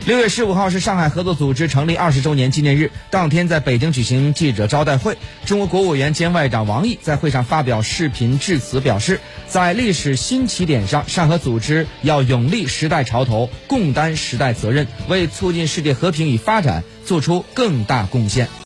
6月15号是上海合作组织成立20周年纪念日，当天在北京举行记者招待会，中国国务委员兼外长王毅在会上发表视频致辞，表示在历史新起点上，上合组织要勇立时代潮头，共担时代责任，为促进世界和平与发展做出更大贡献。